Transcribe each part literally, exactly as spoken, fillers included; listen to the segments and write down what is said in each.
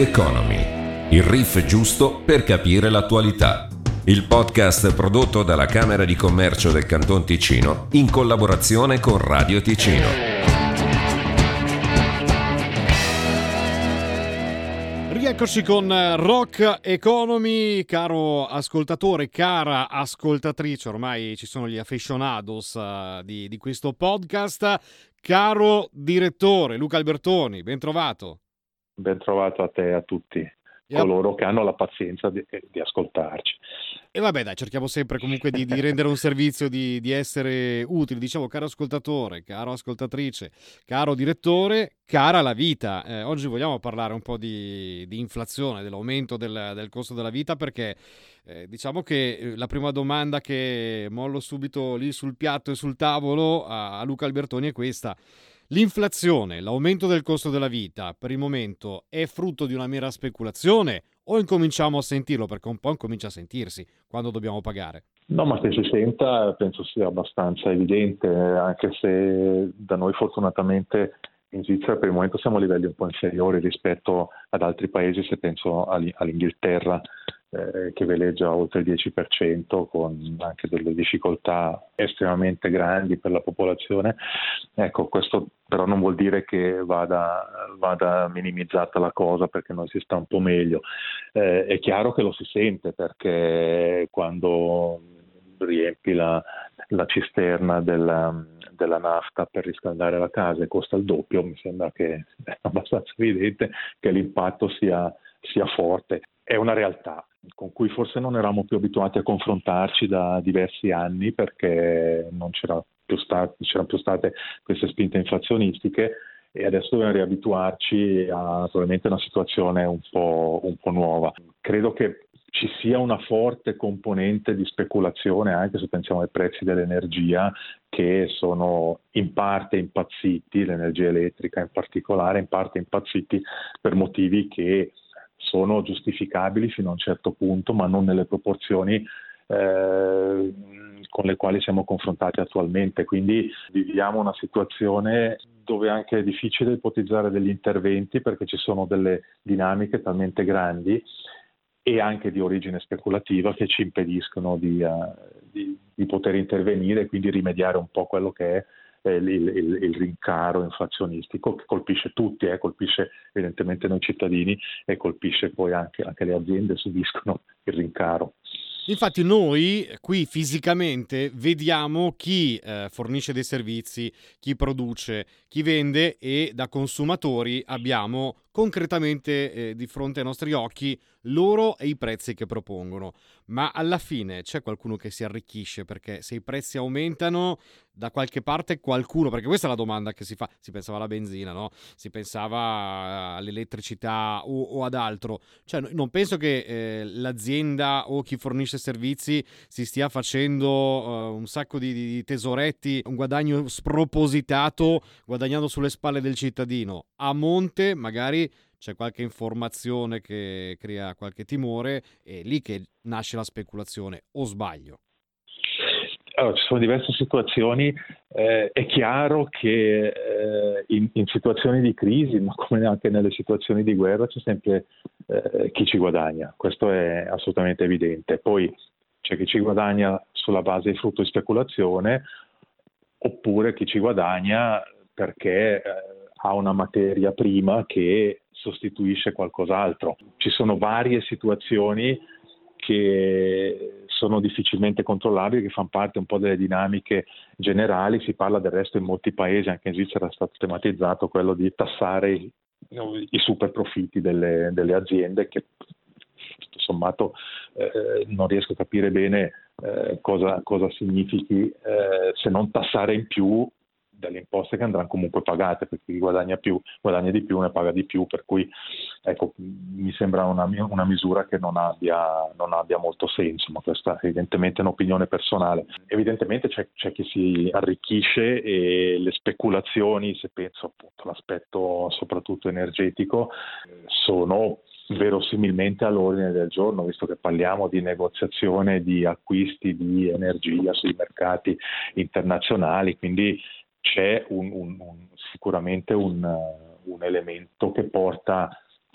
Economy, il riff giusto per capire l'attualità. Il podcast prodotto dalla Camera di Commercio del Canton Ticino in collaborazione con Radio Ticino. Rieccoci con Rock Economy, caro ascoltatore, cara ascoltatrice, ormai ci sono gli aficionados uh, di, di questo podcast, caro direttore Luca Albertoni, ben trovato. Ben trovato a te e a tutti coloro che hanno la pazienza di, di ascoltarci. E vabbè dai, cerchiamo sempre comunque di, di rendere un servizio, di, di essere utili. Dicevo, caro ascoltatore, caro ascoltatrice, caro direttore, cara la vita. Eh, oggi vogliamo parlare un po' di, di inflazione, dell'aumento del, del costo della vita, perché eh, diciamo che la prima domanda che mollo subito lì sul piatto e sul tavolo a, a Luca Albertoni è questa. L'inflazione, l'aumento del costo della vita, per il momento è frutto di una mera speculazione o incominciamo a sentirlo? Perché un po' incomincia a sentirsi quando dobbiamo pagare. No, ma che si senta penso sia abbastanza evidente, anche se da noi fortunatamente in Svizzera per il momento siamo a livelli un po' inferiori rispetto ad altri paesi, se penso all'Inghilterra eh, che veleggia oltre il dieci per cento con anche delle difficoltà estremamente grandi per la popolazione. Ecco, questo però non vuol dire che vada, vada minimizzata la cosa, perché noi si sta un po' meglio. Eh, è chiaro che lo si sente, perché quando riempi la, la cisterna della, della nafta per riscaldare la casa e costa il doppio, mi sembra che è abbastanza evidente che l'impatto sia, sia forte. È una realtà con cui forse non eravamo più abituati a confrontarci da diversi anni, perché non c'era più stat- c'erano più state queste spinte inflazionistiche, e adesso dobbiamo riabituarci a probabilmente una situazione un po', un po' nuova. Credo che ci sia una forte componente di speculazione, anche se pensiamo ai prezzi dell'energia, che sono in parte impazziti, l'energia elettrica in particolare, in parte impazziti per motivi che sono giustificabili fino a un certo punto, ma non nelle proporzioni eh, con le quali siamo confrontati attualmente. Quindi viviamo una situazione dove anche è difficile ipotizzare degli interventi, perché ci sono delle dinamiche talmente grandi e anche di origine speculativa che ci impediscono di, uh, di, di poter intervenire e quindi rimediare un po' quello che è eh, il, il, il rincaro inflazionistico, che colpisce tutti, eh, colpisce evidentemente noi cittadini e colpisce poi anche, anche le aziende, subiscono il rincaro. Infatti noi qui fisicamente vediamo chi eh, fornisce dei servizi, chi produce, chi vende, e da consumatori abbiamo concretamente eh, di fronte ai nostri occhi loro e i prezzi che propongono. Ma alla fine c'è qualcuno che si arricchisce, perché se i prezzi aumentano da qualche parte qualcuno, perché questa è la domanda che si fa, si pensava alla benzina, no? Si pensava all'elettricità o, o ad altro. Cioè non penso che eh, l'azienda o chi fornisce servizi si stia facendo uh, un sacco di, di tesoretti, un guadagno spropositato, guadagnando sulle spalle del cittadino. A monte magari c'è qualche informazione che crea qualche timore, è lì che nasce la speculazione, o sbaglio? Allora, ci sono diverse situazioni, eh, è chiaro che eh, in, in situazioni di crisi, ma come anche nelle situazioni di guerra, c'è sempre eh, chi ci guadagna, questo è assolutamente evidente. Poi c'è chi ci guadagna sulla base di frutto di speculazione, oppure chi ci guadagna perché eh, ha una materia prima che sostituisce qualcos'altro. Ci sono varie situazioni che sono difficilmente controllabili, che fanno parte un po' delle dinamiche generali. Si parla del resto in molti paesi, anche in Svizzera è stato tematizzato quello di tassare i, i super profitti delle, delle aziende, che tutto sommato eh, non riesco a capire bene eh, cosa, cosa significhi eh, se non tassare in più delle imposte che andranno comunque pagate, perché chi guadagna più guadagna di più, ne paga di più, per cui ecco, mi sembra una, una misura che non abbia, non abbia molto senso, ma questa è evidentemente un'opinione personale. Evidentemente c'è, c'è chi si arricchisce, e le speculazioni, se penso appunto all'aspetto soprattutto energetico, sono verosimilmente all'ordine del giorno, visto che parliamo di negoziazione di acquisti di energia sui mercati internazionali, quindi c'è un, un, un, sicuramente un, un elemento che porta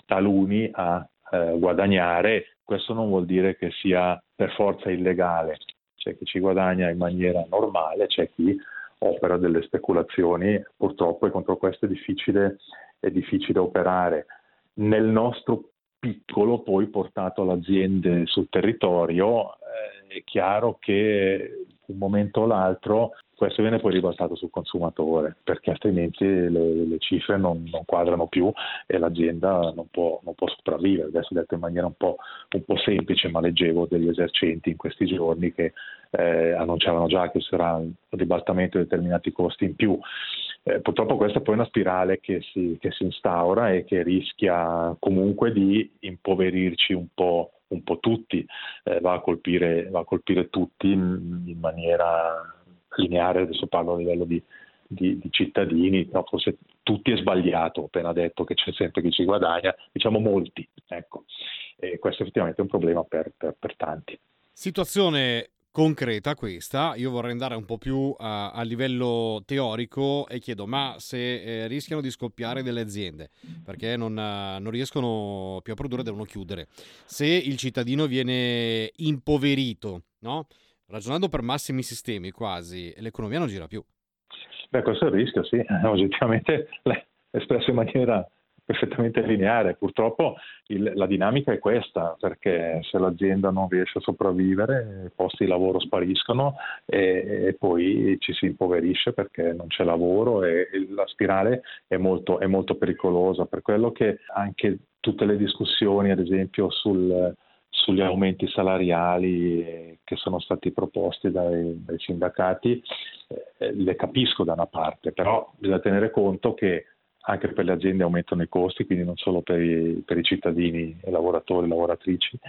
taluni a eh, guadagnare. Questo non vuol dire che sia per forza illegale, c'è chi ci guadagna in maniera normale, c'è chi opera delle speculazioni, purtroppo, e contro questo è difficile, è difficile operare. Nel nostro piccolo, poi portato alle aziende sul territorio, eh, è chiaro che un momento o l'altro questo viene poi ribaltato sul consumatore, perché altrimenti le, le cifre non, non quadrano più e l'azienda non può, non può sopravvivere. Adesso detto in maniera un po', un po' semplice, ma leggevo degli esercenti in questi giorni che eh, annunciavano già che sarà un ribaltamento di determinati costi in più. Eh, purtroppo questa è poi una spirale che si, che si instaura e che rischia comunque di impoverirci un po', un po' tutti, eh, va a colpire, va a colpire tutti in, in maniera lineare. Adesso parlo a livello di, di, di cittadini, però forse tutti è sbagliato, ho appena detto che c'è sempre chi ci guadagna, diciamo molti, ecco, e questo effettivamente è un problema per, per, per tanti. Situazione concreta questa, io vorrei andare un po' più a, a livello teorico e chiedo, ma se eh, rischiano di scoppiare delle aziende perché non, eh, non riescono più a produrre, devono chiudere, se il cittadino viene impoverito, no? Ragionando per massimi sistemi quasi, l'economia non gira più. Beh, questo è il rischio, sì, oggettivamente l'hai espresso in maniera perfettamente lineare. Purtroppo il, la dinamica è questa, perché se l'azienda non riesce a sopravvivere, i posti di lavoro spariscono e, e poi ci si impoverisce perché non c'è lavoro, e, e la spirale è molto, è molto pericolosa. Per quello che anche tutte le discussioni, ad esempio, sul sugli aumenti salariali che sono stati proposti dai, dai sindacati, eh, le capisco da una parte, però bisogna tenere conto che anche per le aziende aumentano i costi, quindi non solo per i, per i cittadini, i lavoratori e lavoratrici,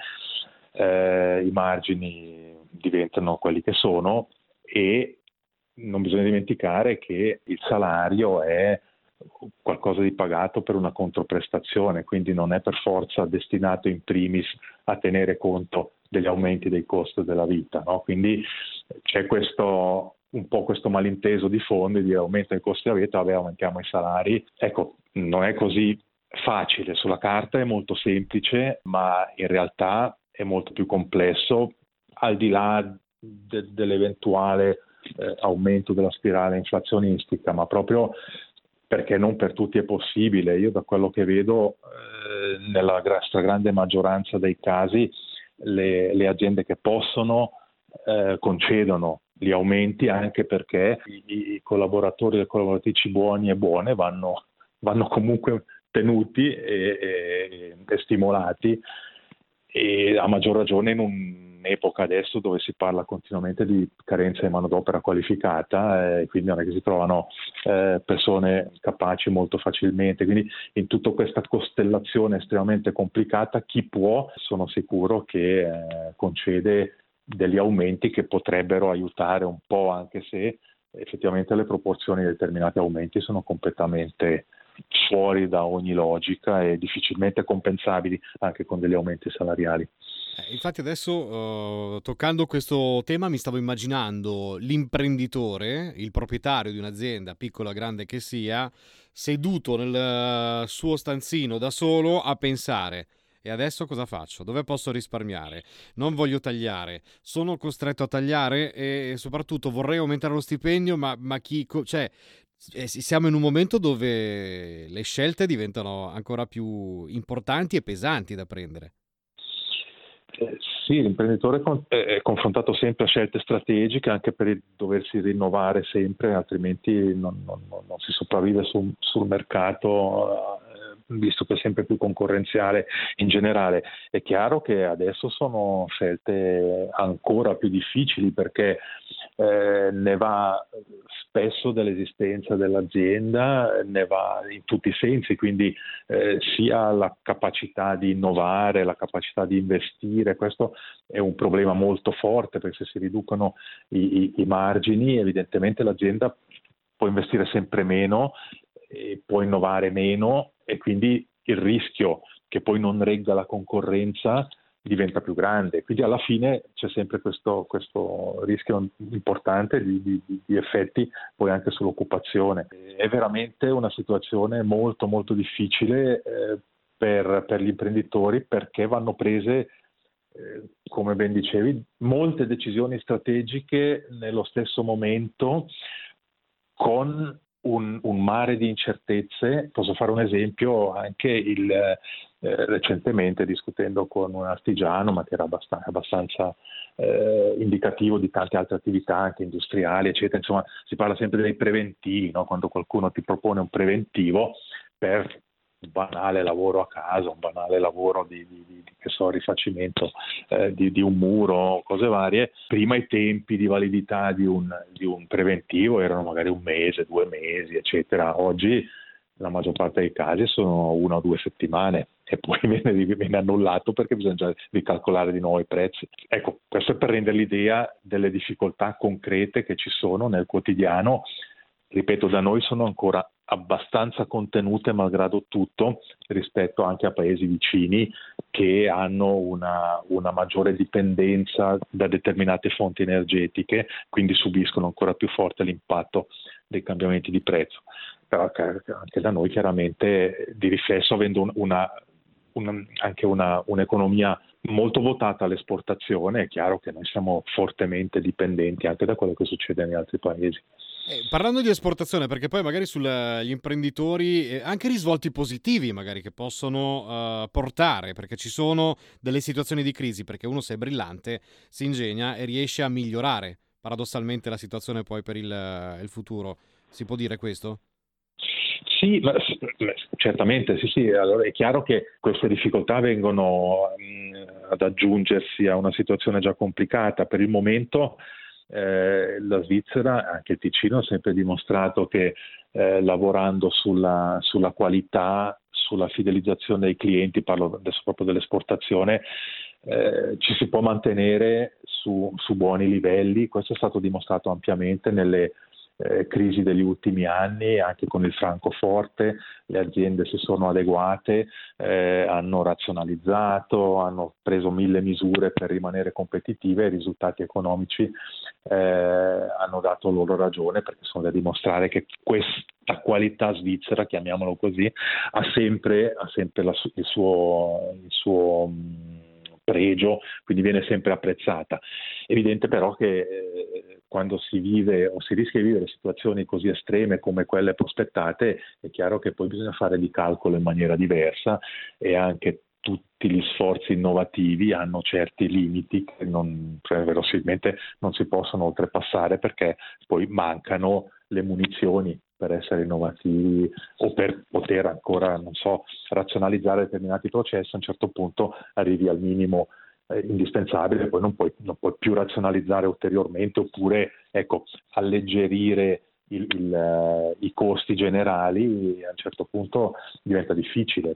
eh, i margini diventano quelli che sono, e non bisogna dimenticare che il salario è qualcosa di pagato per una controprestazione, quindi non è per forza destinato in primis a tenere conto degli aumenti dei costi della vita, no? Quindi c'è questo un po' questo malinteso di fondo di aumento dei costi della vita, vabbè, aumentiamo i salari. Ecco, non è così facile, sulla carta è molto semplice, ma in realtà è molto più complesso, al di là de- dell'eventuale eh, aumento della spirale inflazionistica, ma proprio perché non per tutti è possibile. Io da quello che vedo eh, nella stragrande maggioranza dei casi le, le aziende che possono eh, concedono gli aumenti, anche perché i, i collaboratori e le collaboratrici buoni e buone vanno, vanno comunque tenuti e, e, e stimolati, e a maggior ragione in un'epoca adesso dove si parla continuamente di carenza di manodopera qualificata, e eh, quindi non è che si trovano eh, persone capaci molto facilmente. Quindi in tutta questa costellazione estremamente complicata, chi può, sono sicuro che eh, concede degli aumenti che potrebbero aiutare un po', anche se effettivamente le proporzioni di determinati aumenti sono completamente fuori da ogni logica e difficilmente compensabili anche con degli aumenti salariali. Eh, infatti adesso uh, toccando questo tema mi stavo immaginando l'imprenditore, il proprietario di un'azienda, piccola o grande che sia, seduto nel suo stanzino da solo a pensare: e adesso cosa faccio? Dove posso risparmiare? Non voglio tagliare, sono costretto a tagliare, e soprattutto vorrei aumentare lo stipendio, ma, ma chi... Co- cioè, eh, siamo in un momento dove le scelte diventano ancora più importanti e pesanti da prendere. Eh, sì, l'imprenditore è confrontato sempre a scelte strategiche, anche per il doversi rinnovare sempre, altrimenti non, non, non si sopravvive sul, sul mercato, eh, visto che è sempre più concorrenziale in generale. È chiaro che adesso sono scelte ancora più difficili, perché eh, ne va spesso dell'esistenza dell'azienda, ne va in tutti i sensi, quindi eh, sia la capacità di innovare, la capacità di investire. Questo è un problema molto forte, perché se si riducono i, i, i margini, evidentemente l'azienda può investire sempre meno, e può innovare meno, e quindi il rischio che poi non regga la concorrenza diventa più grande. Quindi alla fine c'è sempre questo, questo rischio importante di, di, di effetti poi anche sull'occupazione. È veramente una situazione molto molto difficile, eh, per, per gli imprenditori, perché vanno prese, eh, come ben dicevi, molte decisioni strategiche nello stesso momento, con un, un mare di incertezze. Posso fare un esempio: anche il, eh, recentemente, discutendo con un artigiano, ma che era abbastanza, abbastanza eh, indicativo di tante altre attività anche industriali, eccetera, insomma, si parla sempre dei preventivi, no? Quando qualcuno ti propone un preventivo per un banale lavoro a casa, un banale lavoro di, di, di che so, rifacimento eh, di, di un muro, cose varie, prima i tempi di validità di un, di un preventivo erano magari un mese, due mesi, eccetera. Oggi la maggior parte dei casi sono una o due settimane e poi viene, viene annullato perché bisogna già ricalcolare di nuovo i prezzi. Ecco, questo è per rendere l'idea delle difficoltà concrete che ci sono nel quotidiano. Ripeto, da noi sono ancora abbastanza contenute malgrado tutto rispetto anche a paesi vicini che hanno una, una maggiore dipendenza da determinate fonti energetiche, quindi subiscono ancora più forte l'impatto dei cambiamenti di prezzo. Però anche da noi chiaramente, di riflesso, avendo una, una, anche una, un'economia molto votata all'esportazione, è chiaro che noi siamo fortemente dipendenti anche da quello che succede negli altri paesi. Eh, parlando di esportazione, perché poi magari sugli imprenditori eh, anche risvolti positivi magari che possono uh, portare, perché ci sono delle situazioni di crisi, perché uno, se è brillante, si ingegna e riesce a migliorare paradossalmente la situazione poi per il, il futuro. Si può dire questo? Sì, ma, certamente, sì, sì. Allora, è chiaro che queste difficoltà vengono mh, ad aggiungersi a una situazione già complicata. Per il momento eh, la Svizzera, anche il Ticino, ha sempre dimostrato che eh, lavorando sulla, sulla qualità, sulla fidelizzazione dei clienti, parlo adesso proprio dell'esportazione, eh, ci si può mantenere su, su buoni livelli. Questo è stato dimostrato ampiamente nelle Eh, crisi degli ultimi anni. Anche con il franco forte le aziende si sono adeguate, eh, hanno razionalizzato, hanno preso mille misure per rimanere competitive, e i risultati economici eh, hanno dato loro ragione, perché sono da dimostrare che questa qualità svizzera, chiamiamolo così, ha sempre, ha sempre la, il suo, il suo mh, pregio, quindi viene sempre apprezzata. Evidente però che eh, quando si vive o si rischia di vivere situazioni così estreme come quelle prospettate, è chiaro che poi bisogna fare di calcolo in maniera diversa, e anche tutti gli sforzi innovativi hanno certi limiti che non, cioè, verosimilmente non si possono oltrepassare, perché poi mancano le munizioni per essere innovativi o per poter ancora, non so, razionalizzare determinati processi. A un certo punto arrivi al minimo eh, indispensabile, poi non puoi, non puoi più razionalizzare ulteriormente, oppure ecco, alleggerire il, il, uh, i costi generali. A un certo punto diventa difficile,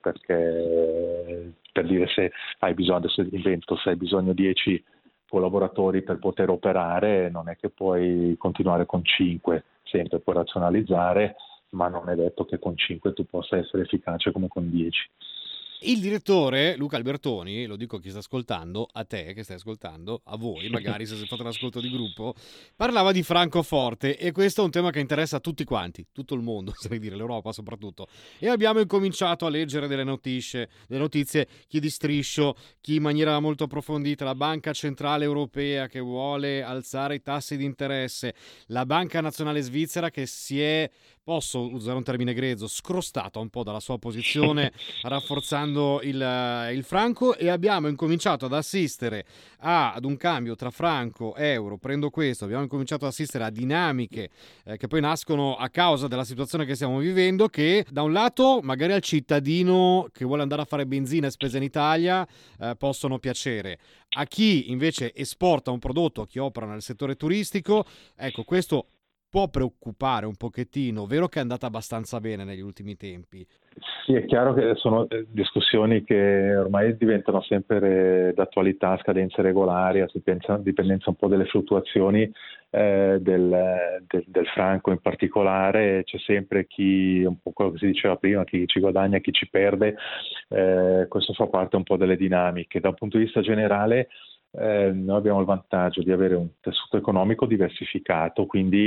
perché, per dire, se hai bisogno, adesso invento, se hai bisogno di dieci collaboratori per poter operare, non è che puoi continuare con cinque, sempre puoi razionalizzare, ma non è detto che con cinque tu possa essere efficace come con dieci. Il direttore Luca Albertoni, lo dico a chi sta ascoltando, a te che stai ascoltando, a voi magari se fate un ascolto di gruppo, parlava di Francoforte, e questo è un tema che interessa a tutti quanti, tutto il mondo, sai dire, l'Europa soprattutto. E abbiamo incominciato a leggere delle notizie, delle notizie, chi di striscio, chi in maniera molto approfondita, la Banca Centrale Europea che vuole alzare i tassi di interesse, la Banca Nazionale Svizzera che si è, posso usare un termine grezzo, scrostata un po' dalla sua posizione rafforzando Il, il franco, e abbiamo incominciato ad assistere a, ad un cambio tra franco e euro. Prendo questo, abbiamo incominciato ad assistere a dinamiche eh, che poi nascono a causa della situazione che stiamo vivendo, che da un lato magari al cittadino che vuole andare a fare benzina e spesa in Italia eh, possono piacere, a chi invece esporta un prodotto, a chi opera nel settore turistico, ecco, questo può preoccupare un pochettino. Vero che è andata abbastanza bene negli ultimi tempi? Sì, è chiaro che sono discussioni che ormai diventano sempre d'attualità, scadenze regolari, a dipendenza un po' delle fluttuazioni eh, del, del, del franco in particolare. C'è sempre chi, un po' quello che si diceva prima, chi ci guadagna, chi ci perde. Eh, questo fa parte un po' delle dinamiche. Da un punto di vista generale, Eh, noi abbiamo il vantaggio di avere un tessuto economico diversificato, quindi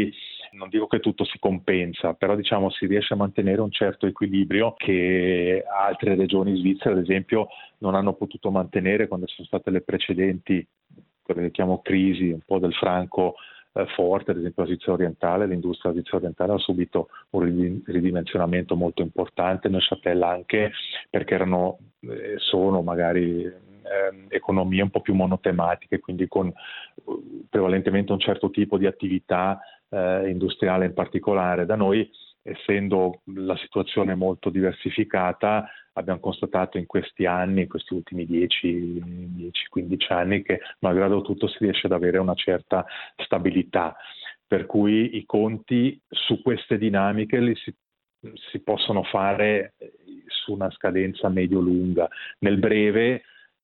non dico che tutto si compensa, però diciamo si riesce a mantenere un certo equilibrio che altre regioni svizzere, ad esempio, non hanno potuto mantenere quando ci sono state le precedenti, quelle che chiamo crisi, un po' del franco eh, forte, ad esempio la Svizzera orientale, l'industria svizzera orientale ha subito un ridimensionamento molto importante, Neuchâtel anche, perché erano, eh, sono magari eh, economie un po' più monotematiche, quindi con prevalentemente un certo tipo di attività eh, industriale in particolare. Da noi, essendo la situazione molto diversificata, abbiamo constatato in questi anni, in questi ultimi dieci quindici anni, che malgrado tutto si riesce ad avere una certa stabilità, per cui i conti su queste dinamiche li si, si possono fare su una scadenza medio-lunga. Nel breve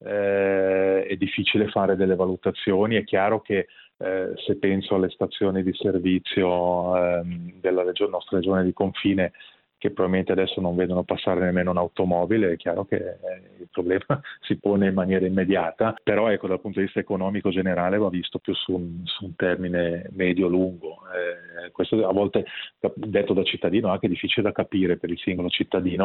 eh, è difficile fare delle valutazioni, è chiaro che Eh, se penso alle stazioni di servizio ehm, della regione, nostra regione di confine, che probabilmente adesso non vedono passare nemmeno un'automobile, è chiaro che eh, il problema si pone in maniera immediata, però ecco, dal punto di vista economico generale va visto più su un, su un termine medio-lungo. Eh, questo a volte, detto da cittadino, è anche difficile da capire per il singolo cittadino.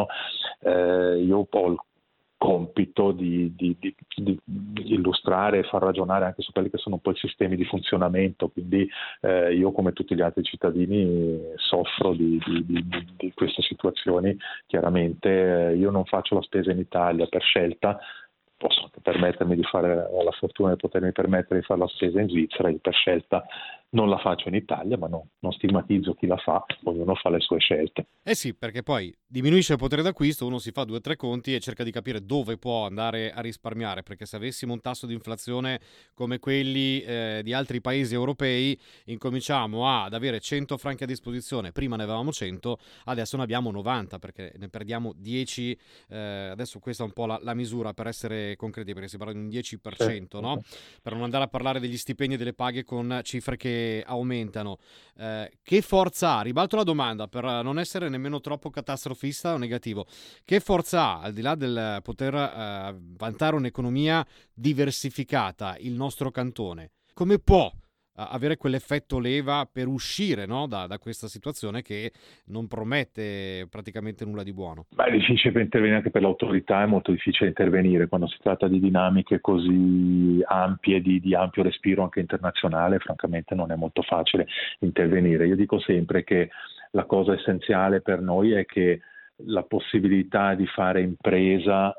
Eh, io ho il compito di, di, di, di illustrare e far ragionare anche su quelli che sono un po' i sistemi di funzionamento, quindi eh, io come tutti gli altri cittadini soffro di, di, di, di queste situazioni. Chiaramente eh, io non faccio la spesa in Italia per scelta, posso anche permettermi di fare, ho la fortuna di potermi permettere di fare la spesa in Svizzera, io per scelta non la faccio in Italia, ma no, non stigmatizzo chi la fa, ognuno fa le sue scelte. Eh sì, perché poi diminuisce il potere d'acquisto, uno si fa due o tre conti e cerca di capire dove può andare a risparmiare, perché se avessimo un tasso di inflazione come quelli eh, di altri paesi europei, incominciamo ad avere cento franchi a disposizione, prima ne avevamo cento, adesso ne abbiamo novanta, perché ne perdiamo dieci, eh, adesso questa è un po' la, la misura per essere concreti, perché si parla di un dieci per cento, no? Per non andare a parlare degli stipendi e delle paghe con cifre che aumentano. Eh, che forza ha? Ribalto la domanda per non essere nemmeno troppo catastrofista o negativo. Che forza ha, al di là del poter eh, vantare un'economia diversificata, il nostro cantone? Come può avere quell'effetto leva per uscire, no, da, da questa situazione che non promette praticamente nulla di buono? Beh, è difficile per intervenire anche per l'autorità, è molto difficile intervenire quando si tratta di dinamiche così ampie, di, di ampio respiro anche internazionale, francamente non è molto facile intervenire. Io dico sempre che la cosa essenziale per noi è che la possibilità di fare impresa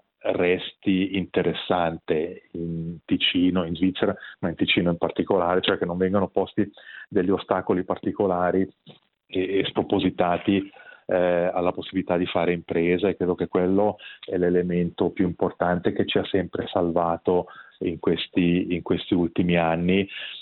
resti interessante in Ticino, in Svizzera, ma in Ticino in particolare, cioè che non vengano posti degli ostacoli particolari e, e spropositati eh, alla possibilità di fare impresa, e credo che quello è l'elemento più importante che ci ha sempre salvato in questi, in questi ultimi anni,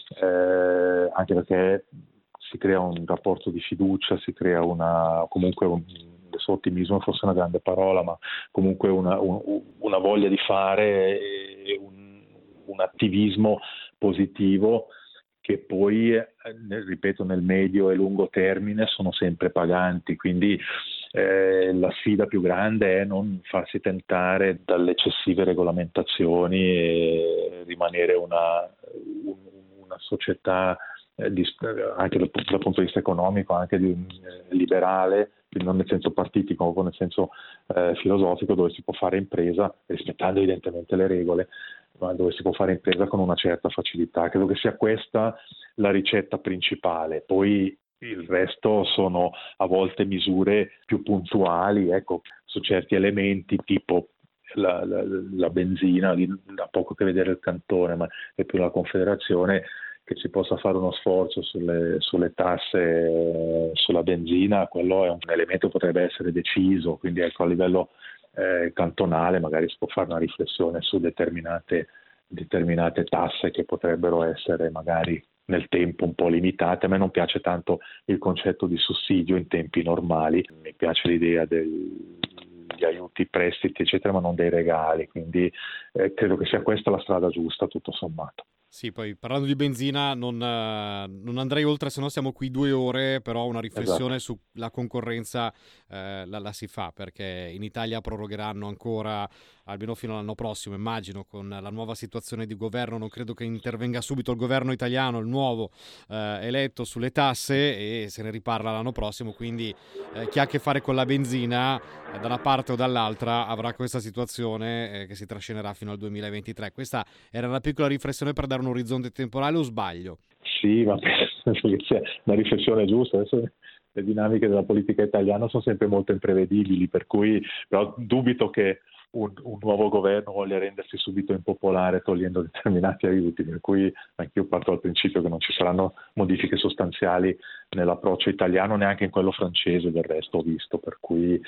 eh, anche perché si crea un rapporto di fiducia, si crea una comunque un adesso ottimismo forse è una grande parola, ma comunque una, un, una voglia di fare e un, un attivismo positivo che poi, eh, ripeto, nel medio e lungo termine sono sempre paganti, quindi eh, la sfida più grande è non farsi tentare dalle eccessive regolamentazioni e rimanere una, un, una società eh, di, anche dal, dal punto di vista economico, anche di, eh, liberale, non nel senso partitico, ma nel senso eh, filosofico, dove si può fare impresa rispettando evidentemente le regole, ma dove si può fare impresa con una certa facilità. Credo che sia questa la ricetta principale. Poi il resto sono a volte misure più puntuali, ecco, su certi elementi tipo la, la, la benzina, ha poco a che vedere il cantone, ma è più la Confederazione, che si possa fare uno sforzo sulle, sulle tasse sulla benzina, quello è un elemento che potrebbe essere deciso, quindi ecco, a livello eh, cantonale magari si può fare una riflessione su determinate, determinate tasse che potrebbero essere magari nel tempo un po' limitate. A me non piace tanto il concetto di sussidio in tempi normali, mi piace l'idea degli aiuti, prestiti eccetera, ma non dei regali, quindi eh, credo che sia questa la strada giusta tutto sommato. Sì, poi parlando di benzina non, uh, non andrei oltre, se no siamo qui due ore, però una riflessione esatto. Sulla concorrenza uh, la, la si fa, perché in Italia prorogheranno ancora almeno fino all'anno prossimo, immagino, con la nuova situazione di governo. Non credo che intervenga subito il governo italiano, il nuovo eh, eletto, sulle tasse, e se ne riparla l'anno prossimo, quindi eh, chi ha a che fare con la benzina eh, da una parte o dall'altra avrà questa situazione eh, che si trascinerà fino al duemilaventitré. Questa era una piccola riflessione per dare un orizzonte temporale, o sbaglio? Sì, va bene, una riflessione giusta. Adesso le dinamiche della politica italiana sono sempre molto imprevedibili, per cui però dubito che un, un nuovo governo voglia rendersi subito impopolare togliendo determinati aiuti, per cui anch'io parto dal principio che non ci saranno modifiche sostanziali nell'approccio italiano, neanche in quello francese, del resto ho visto, per cui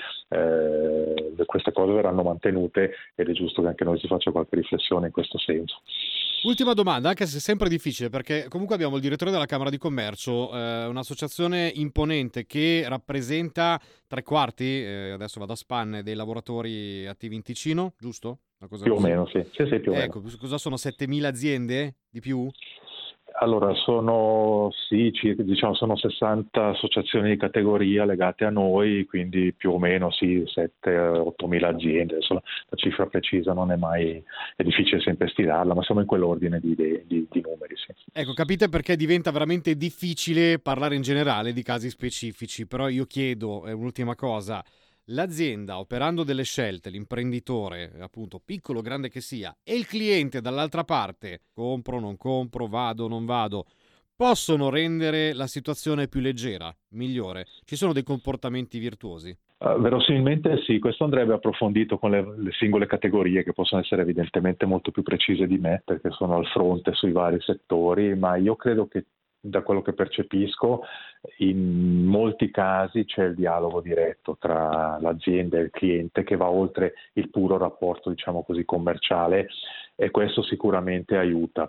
eh, queste cose verranno mantenute ed è giusto che anche noi si faccia qualche riflessione in questo senso. Ultima domanda, anche se è sempre difficile, perché comunque abbiamo il direttore della Camera di Commercio, eh, un'associazione imponente che rappresenta tre quarti, eh, adesso vado a spanne, dei lavoratori attivi in Ticino, giusto? Una cosa più così. o meno, sì. Sì, sì, più o ecco, meno. Cosa sono, settemila aziende di più? Allora, sono sì, circa, diciamo, sono sessanta associazioni di categoria legate a noi, quindi più o meno sì, sette otto mila aziende. Adesso la, la cifra precisa non è mai, è difficile sempre stilarla, ma siamo in quell'ordine di, di, di numeri, sì. Ecco, capite perché diventa veramente difficile parlare in generale di casi specifici, però io chiedo, è un'ultima cosa, l'azienda operando delle scelte, l'imprenditore, appunto, piccolo o grande che sia, e il cliente dall'altra parte, compro, non compro, vado, non vado, possono rendere la situazione più leggera, migliore? Ci sono dei comportamenti virtuosi? Uh, verosimilmente sì, questo andrebbe approfondito con le, le singole categorie, che possono essere evidentemente molto più precise di me perché sono al fronte sui vari settori, ma io credo che, da quello che percepisco, in molti casi c'è il dialogo diretto tra l'azienda e il cliente che va oltre il puro rapporto, diciamo così, commerciale, e questo sicuramente aiuta,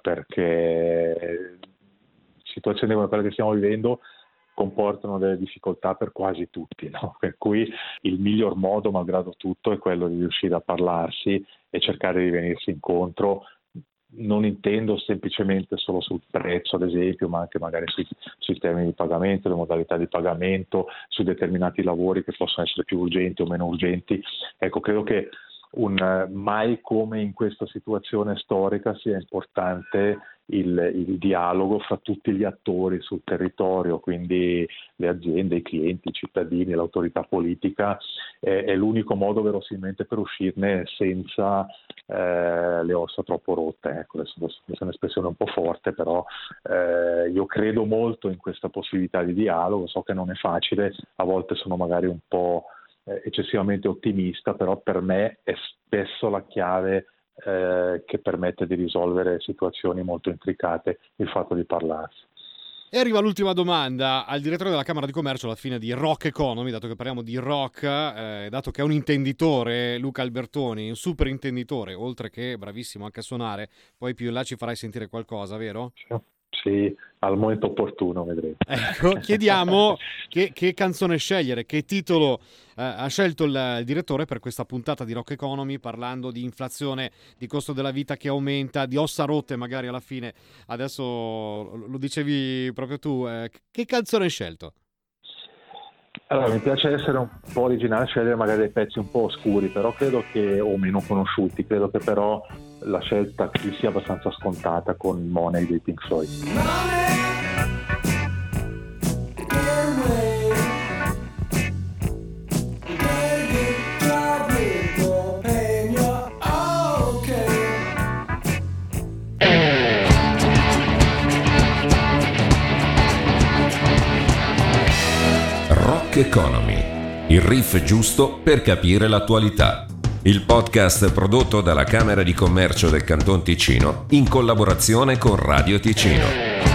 perché situazioni come quelle che stiamo vivendo comportano delle difficoltà per quasi tutti, no? Per cui il miglior modo, malgrado tutto, è quello di riuscire a parlarsi e cercare di venirsi incontro. Non intendo semplicemente solo sul prezzo, ad esempio, ma anche magari sui, sui termini di pagamento, le modalità di pagamento, su determinati lavori che possono essere più urgenti o meno urgenti. Ecco, credo che un, mai come in questa situazione storica sia importante il, il dialogo fra tutti gli attori sul territorio, quindi le aziende, i clienti, i cittadini, l'autorità politica. È, è l'unico modo verosimilmente per uscirne senza eh, le ossa troppo rotte. Ecco, adesso questa è un'espressione un po' forte, però eh, io credo molto in questa possibilità di dialogo. So che non è facile, a volte sono magari un po' eccessivamente ottimista, però per me è spesso la chiave eh, che permette di risolvere situazioni molto intricate, il fatto di parlarsi. E arriva l'ultima domanda al direttore della Camera di Commercio alla fine di Rock Economy, dato che parliamo di rock, eh, dato che è un intenditore, Luca Albertoni, un super intenditore, oltre che bravissimo anche a suonare, poi più in là ci farai sentire qualcosa, vero? Sì. Sì, al momento opportuno vedremo. Ecco, chiediamo che, che canzone scegliere, che titolo eh, ha scelto il, il direttore per questa puntata di Rock Economy, parlando di inflazione, di costo della vita che aumenta, di ossa rotte magari alla fine. Adesso lo dicevi proprio tu, eh, che canzone hai scelto? Allora, mi piace essere un po' originale, scegliere magari dei pezzi un po' oscuri, però credo che, o meno conosciuti, credo che però la scelta qui sia abbastanza scontata con Money dei Pink Floyd. Rock Economy, il riff giusto per capire l'attualità. Il podcast prodotto dalla Camera di Commercio del Canton Ticino in collaborazione con Radio Ticino.